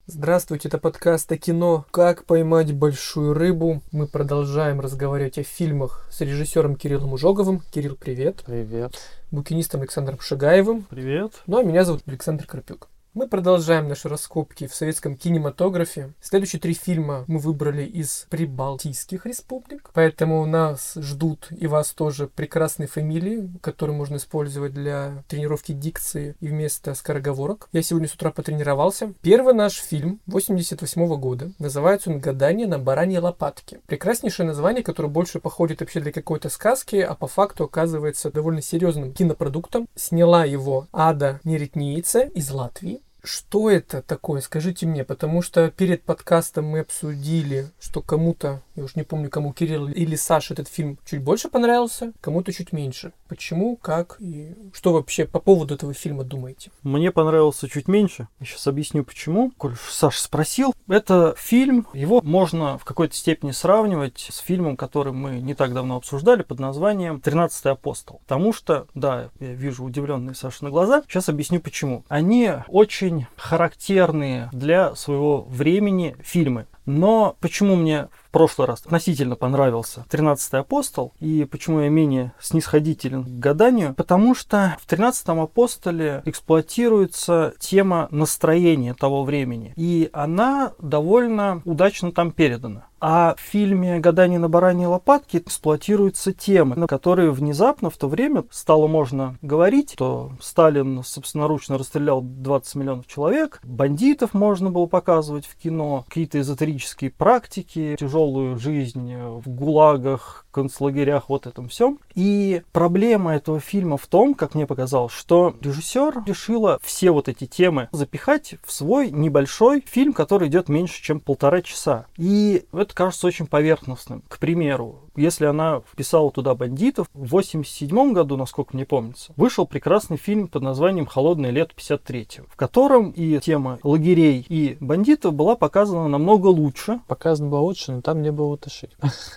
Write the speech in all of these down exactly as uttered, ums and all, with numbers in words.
Здравствуйте, это подкаст о кино «Как поймать большую рыбу». Мы продолжаем разговаривать о фильмах с режиссером Кириллом Ужоговым. Кирилл, привет. Привет. Букинистом Александром Шагаевым. Привет. Ну а меня зовут Александр Карпюк. Мы продолжаем наши раскопки в советском кинематографе. Следующие три фильма мы выбрали из прибалтийских республик, поэтому нас ждут и вас тоже прекрасные фамилии, которые можно использовать для тренировки дикции и вместо скороговорок. Я сегодня с утра потренировался. Первый наш фильм восемьдесят восьмого года. Называется он «Гадание на бараньей лопатке». Прекраснейшее название, которое больше походит вообще для какой-то сказки, а по факту оказывается довольно серьезным кинопродуктом. Сняла его Ада Неретниица из Латвии. Что это такое, скажите мне, потому что перед подкастом мы обсудили, что кому-то, я уж не помню, кому, Кирилл или Саша, этот фильм чуть больше понравился, кому-то чуть меньше. Почему, как и что вообще по поводу этого фильма думаете? Мне понравился чуть меньше. Я сейчас объясню почему. Коль Саша спросил, это фильм, его можно в какой-то степени сравнивать с фильмом, который мы не так давно обсуждали под названием «Тринадцатый апостол». Потому что, да, я вижу удивленные Сашины глаза. Сейчас объясню почему. Они очень характерные для своего времени фильмы. Но почему мне в прошлый раз относительно понравился «Тринадцатый апостол» и почему я менее снисходителен к гаданию? Потому что в «Тринадцатом апостоле» эксплуатируется тема настроения того времени. И она довольно удачно там передана. А в фильме «Гадание на бараньей лопатке» эксплуатируются темы, на которые внезапно в то время стало можно говорить, что Сталин собственноручно расстрелял двадцать миллионов человек, бандитов можно было показывать в кино, какие-то эзотерические практики, тяжелую жизнь в гулагах, концлагерях, вот этом всем. И проблема этого фильма в том, как мне показалось, что режиссер решила все вот эти темы запихать в свой небольшой фильм, который идет меньше, чем полтора часа. И это кажется очень поверхностным. К примеру, если она вписала туда бандитов, в восемьдесят седьмом году, насколько мне помнится, вышел прекрасный фильм под названием «Холодное лето пятьдесят третьего», в котором и тема лагерей, и бандитов была показана намного лучше. Показано было лучше, но там не было латышей.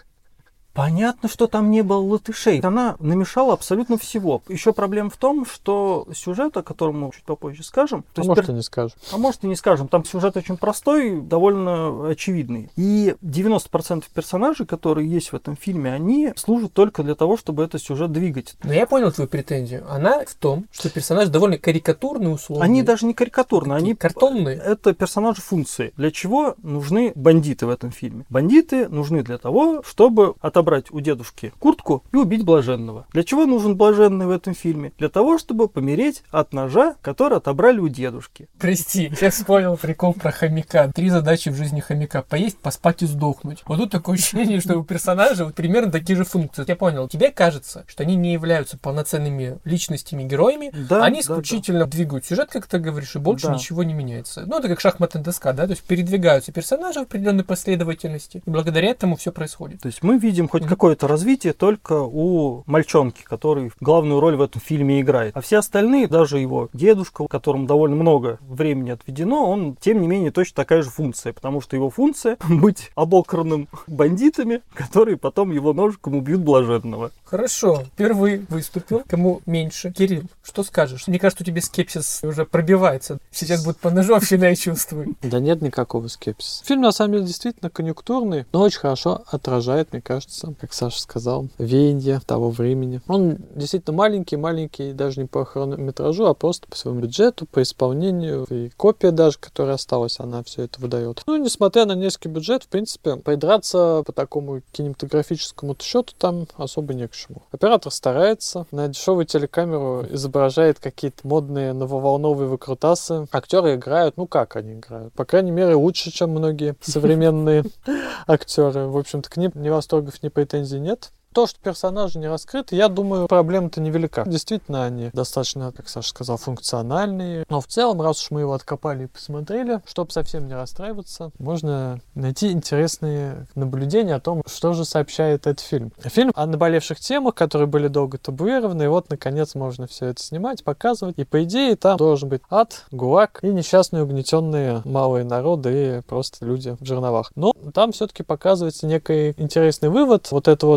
Понятно, что там не было латышей. Она намешала абсолютно всего. Еще проблема в том, что сюжет, о котором мы чуть попозже скажем... А может пер... и не скажем. А может и не скажем. Там сюжет очень простой, довольно очевидный. И девяносто процентов персонажей, которые есть в этом фильме, они служат только для того, чтобы этот сюжет двигать. Но я понял твою претензию. Она в том, что персонажи довольно карикатурные, условные. Они даже не карикатурные, они картонные. Это персонажи функции. Для чего нужны бандиты в этом фильме? Бандиты нужны для того, чтобы отобрать брать у дедушки куртку и убить блаженного. Для чего нужен блаженный в этом фильме? Для того, чтобы помереть от ножа, который отобрали у дедушки. Прости, я вспомнил прикол про хомяка. Три задачи в жизни хомяка: поесть, поспать и сдохнуть. Вот тут такое ощущение, что у персонажей вот примерно такие же функции. Я понял, тебе кажется, что они не являются полноценными личностями, героями, да, они да, исключительно да. двигают сюжет, как ты говоришь, и больше да. ничего не меняется. Ну, это как шахматная доска, да, то есть передвигаются персонажи в определенной последовательности, и благодаря этому все происходит. То есть мы видим хоть какое-то развитие только у мальчонки, который главную роль в этом фильме играет. А все остальные, даже его дедушка, которому довольно много времени отведено, он, тем не менее, точно такая же функция, потому что его функция — быть обокранным бандитами, которые потом его ножиком убьют блаженного. Хорошо, первый выступил, кому меньше. Кирилл, что скажешь? Мне кажется, у тебя скепсис уже пробивается. Сейчас будет поножовщина, я чувствую. Да нет никакого скепсиса. Фильм, на самом деле, действительно конъюнктурный, но очень хорошо отражает, мне кажется, как Саша сказал, веяние того времени. Он действительно маленький-маленький, даже не по хронометражу, а просто по своему бюджету, по исполнению. И копия даже, которая осталась, она все это выдает. Ну, несмотря на низкий бюджет, в принципе, придраться по такому кинематографическому счету там особо не к чему. Оператор старается, на дешевую телекамеру изображает какие-то модные нововолновые выкрутасы. Актеры играют, ну как они играют? По крайней мере, лучше, чем многие современные актеры. В общем-то, к ним ни восторгов, ни претензий нет. То, что персонажи не раскрыты, я думаю, проблема-то невелика. Действительно, они достаточно, как Саша сказал, функциональные. Но в целом, раз уж мы его откопали и посмотрели, чтобы совсем не расстраиваться, можно найти интересные наблюдения о том, что же сообщает этот фильм. Фильм о наболевших темах, которые были долго табуированы, и вот, наконец, можно все это снимать, показывать. И, по идее, там должен быть ад, гулаг и несчастные угнетенные малые народы и просто люди в жерновах. Но там все-таки показывается некий интересный вывод. Вот это вот прислание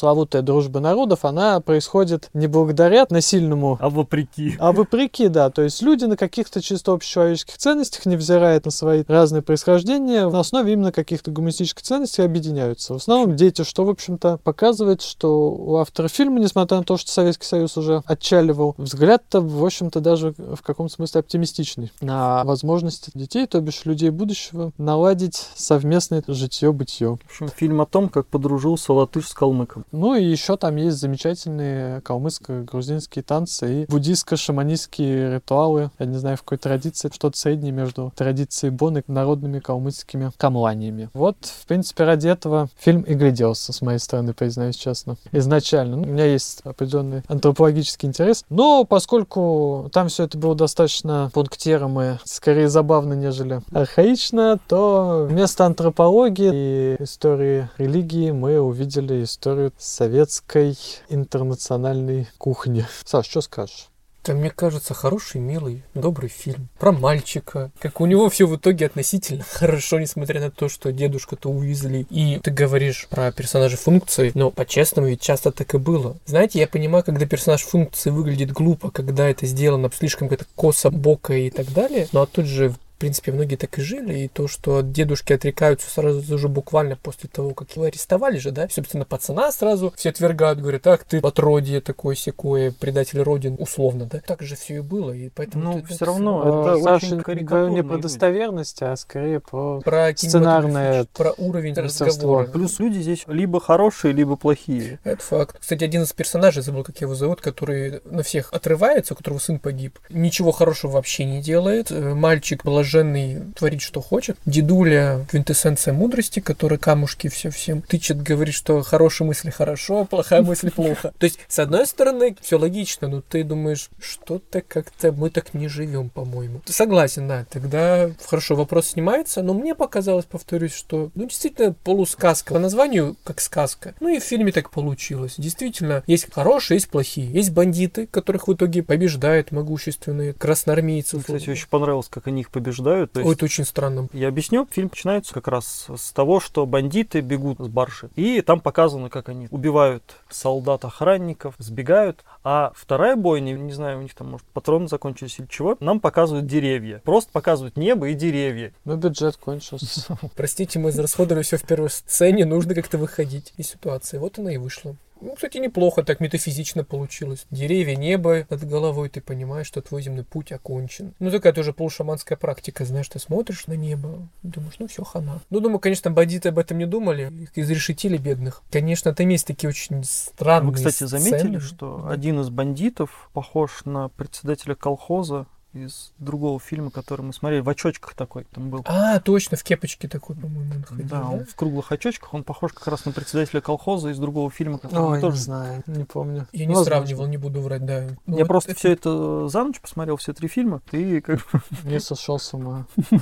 пресловутая дружба народов, она происходит не благодаря насильному, А вопреки. а вопреки, да. То есть люди на каких-то чисто общечеловеческих ценностях, невзирая на свои разные происхождения, на основе именно каких-то гуманистических ценностей объединяются. В основном дети, что, в общем-то, показывает, что у автора фильма, несмотря на то, что Советский Союз уже отчаливал, взгляд-то, в общем-то, даже в каком-то смысле оптимистичный на возможности детей, то бишь людей будущего, наладить совместное житье-бытие. В общем, фильм о том, как подружился латыш с калмыком. Ну и еще там есть замечательные калмыцко-грузинские танцы и буддийско-шаманистские ритуалы. Я не знаю, в какой традиции, что-то среднее между традицией Бон и народными калмыцкими камланиями. Вот, в принципе, ради этого фильм и гляделся, с моей стороны, признаюсь честно. Изначально. Ну, у меня есть определенный антропологический интерес. Но поскольку там все это было достаточно пунктиром и скорее забавно, нежели архаично, то вместо антропологии и истории религии мы увидели историю советской интернациональной кухни. Саш, что скажешь? Это, мне кажется, хороший, милый, добрый фильм. Про мальчика. Как у него все в итоге относительно хорошо, несмотря на то, что дедушку-то увезли. И ты говоришь про персонажа функции, но по-честному ведь часто так и было. Знаете, я понимаю, когда персонаж функции выглядит глупо, когда это сделано слишком как-то косо, боко и так далее. Ну а тут же... В принципе, многие так и жили, и то, что от дедушки отрекаются сразу же буквально после того, как его арестовали же, да, собственно, пацана сразу все отвергают, говорят, ах, ты отродье такое-сякое, предатель родин, условно, да. Так же все и было, и поэтому... Ну, ты, все равно, это Саша, очень не карикатурно. про достоверность, а скорее про, про сценарное, про уровень мастерство. разговора. Плюс люди здесь либо хорошие, либо плохие. Это факт. Кстати, один из персонажей, забыл, как его зовут, который на всех отрывается, у которого сын погиб. Ничего хорошего вообще не делает. Мальчик блаженный, творит, что хочет. Дедуля — квинтэссенция мудрости, который камушки все всем тычет, говорит, что хорошая мысль хорошо, плохая мысль плохо. То есть, с одной стороны, все логично, но ты думаешь, что-то как-то мы так не живем, по-моему. Согласен, да, тогда хорошо, вопрос снимается, но мне показалось, повторюсь, что, ну, действительно, полусказка. По названию, как сказка. Ну, и в фильме так получилось. Действительно, есть хорошие, есть плохие. Есть бандиты, которых в итоге побеждают могущественные красноармейцы. Кстати, очень понравилось, как они их побеждают. То есть, Ой, это очень странно. я объясню. Фильм начинается как раз с того, что бандиты бегут с баржи. И там показано, как они убивают солдат-охранников, сбегают. А вторая бойня, не знаю, у них там, может, патроны закончились или чего, нам показывают деревья. Просто показывают небо и деревья. Ну, бюджет кончился. Простите, мы израсходовали все в первой сцене, нужно как-то выходить из ситуации. Вот она и вышла. Ну, кстати, неплохо, так метафизично получилось. Деревья, небо над головой, ты понимаешь, что твой земной путь окончен. Ну, такая тоже полушаманская практика, знаешь, ты смотришь на небо, думаешь, ну, все, хана. Ну, думаю, конечно, бандиты об этом не думали, их изрешетили, бедных. Конечно, там есть такие очень странные Вы, кстати, заметили, сцены. что Да. один из бандитов похож на председателя колхоза из другого фильма, который мы смотрели, в очочках такой там был. А, точно, в кепочке такой, по-моему, он ходил, Да, да? он в круглых очочках, он похож как раз на председателя колхоза из другого фильма, который мы Ой, тоже... не знаю, не помню. Я не Возможно. сравнивал, не буду врать, да. Ну, Я вот просто это- все это за ночь посмотрел, все три фильма, и как бы Не сошел с ума.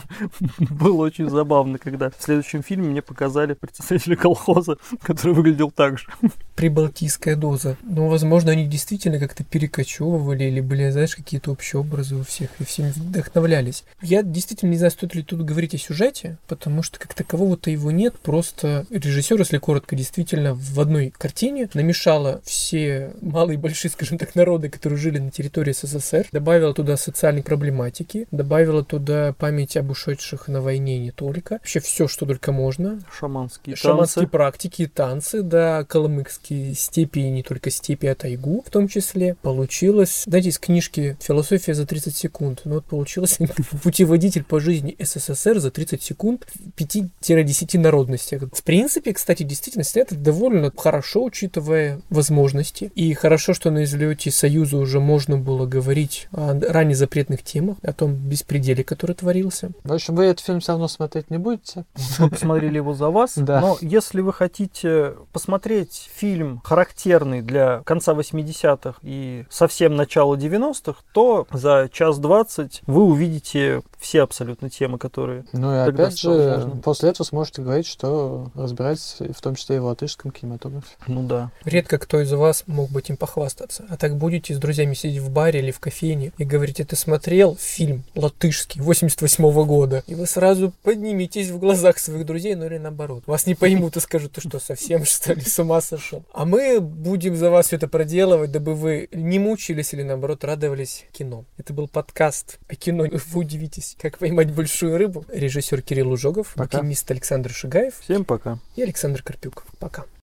было очень забавно, когда в следующем фильме мне показали председателя колхоза, который выглядел так же. Прибалтийская доза. Ну, возможно, они действительно как-то перекочевывали или были, знаешь, какие-то общие образы у всех, и всем вдохновлялись. Я действительно не знаю, стоит ли тут говорить о сюжете, потому что как такового-то его нет, просто режиссер, если коротко, действительно в одной картине намешала все малые и большие, скажем так, народы, которые жили на территории СССР, добавила туда социальной проблематики, добавила туда память об ушедших на войне не только, вообще все, что только можно. Шаманские Шаманские танцы. практики и танцы, да, калмыкские степи, и не только степи, а тайгу в том числе. Получилось, знаете, из книжки «Философия за тридцать секунд». Ну вот получилось путеводитель по жизни СССР за тридцать секунд в пяти-десяти народностях. В принципе, кстати, действительно снято довольно хорошо, учитывая возможности. И хорошо, что на излете Союза уже можно было говорить о ранее запретных темах, о том беспределе, который творился. В общем, вы этот фильм все равно смотреть не будете? Мы посмотрели его за вас. Да. Но если вы хотите посмотреть фильм, характерный для конца восьмидесятых и совсем начала девяностых, то за час двадцать вы увидите все абсолютно темы, которые... Ну и тогда опять стало же, можно. после этого сможете говорить, что разбираетесь в том числе и в латышском кинематографе. Ну да. Редко кто из вас мог бы этим похвастаться. А так будете с друзьями сидеть в баре или в кофейне и говорите: ты смотрел фильм латышский восемьдесят восьмого года? И вы сразу подниметесь в глазах своих друзей, ну или наоборот. Вас не поймут и скажут: ты что, совсем что ли с ума сошел? А мы будем за вас все это проделывать, дабы вы не мучились или наоборот радовались кино. Это был подкаст о кино. Вы удивитесь, как поймать большую рыбу. Режиссер Кирилл Ужогов, Пока. букинист Александр Шигаев Всем пока. и Александр Карпюк. Пока.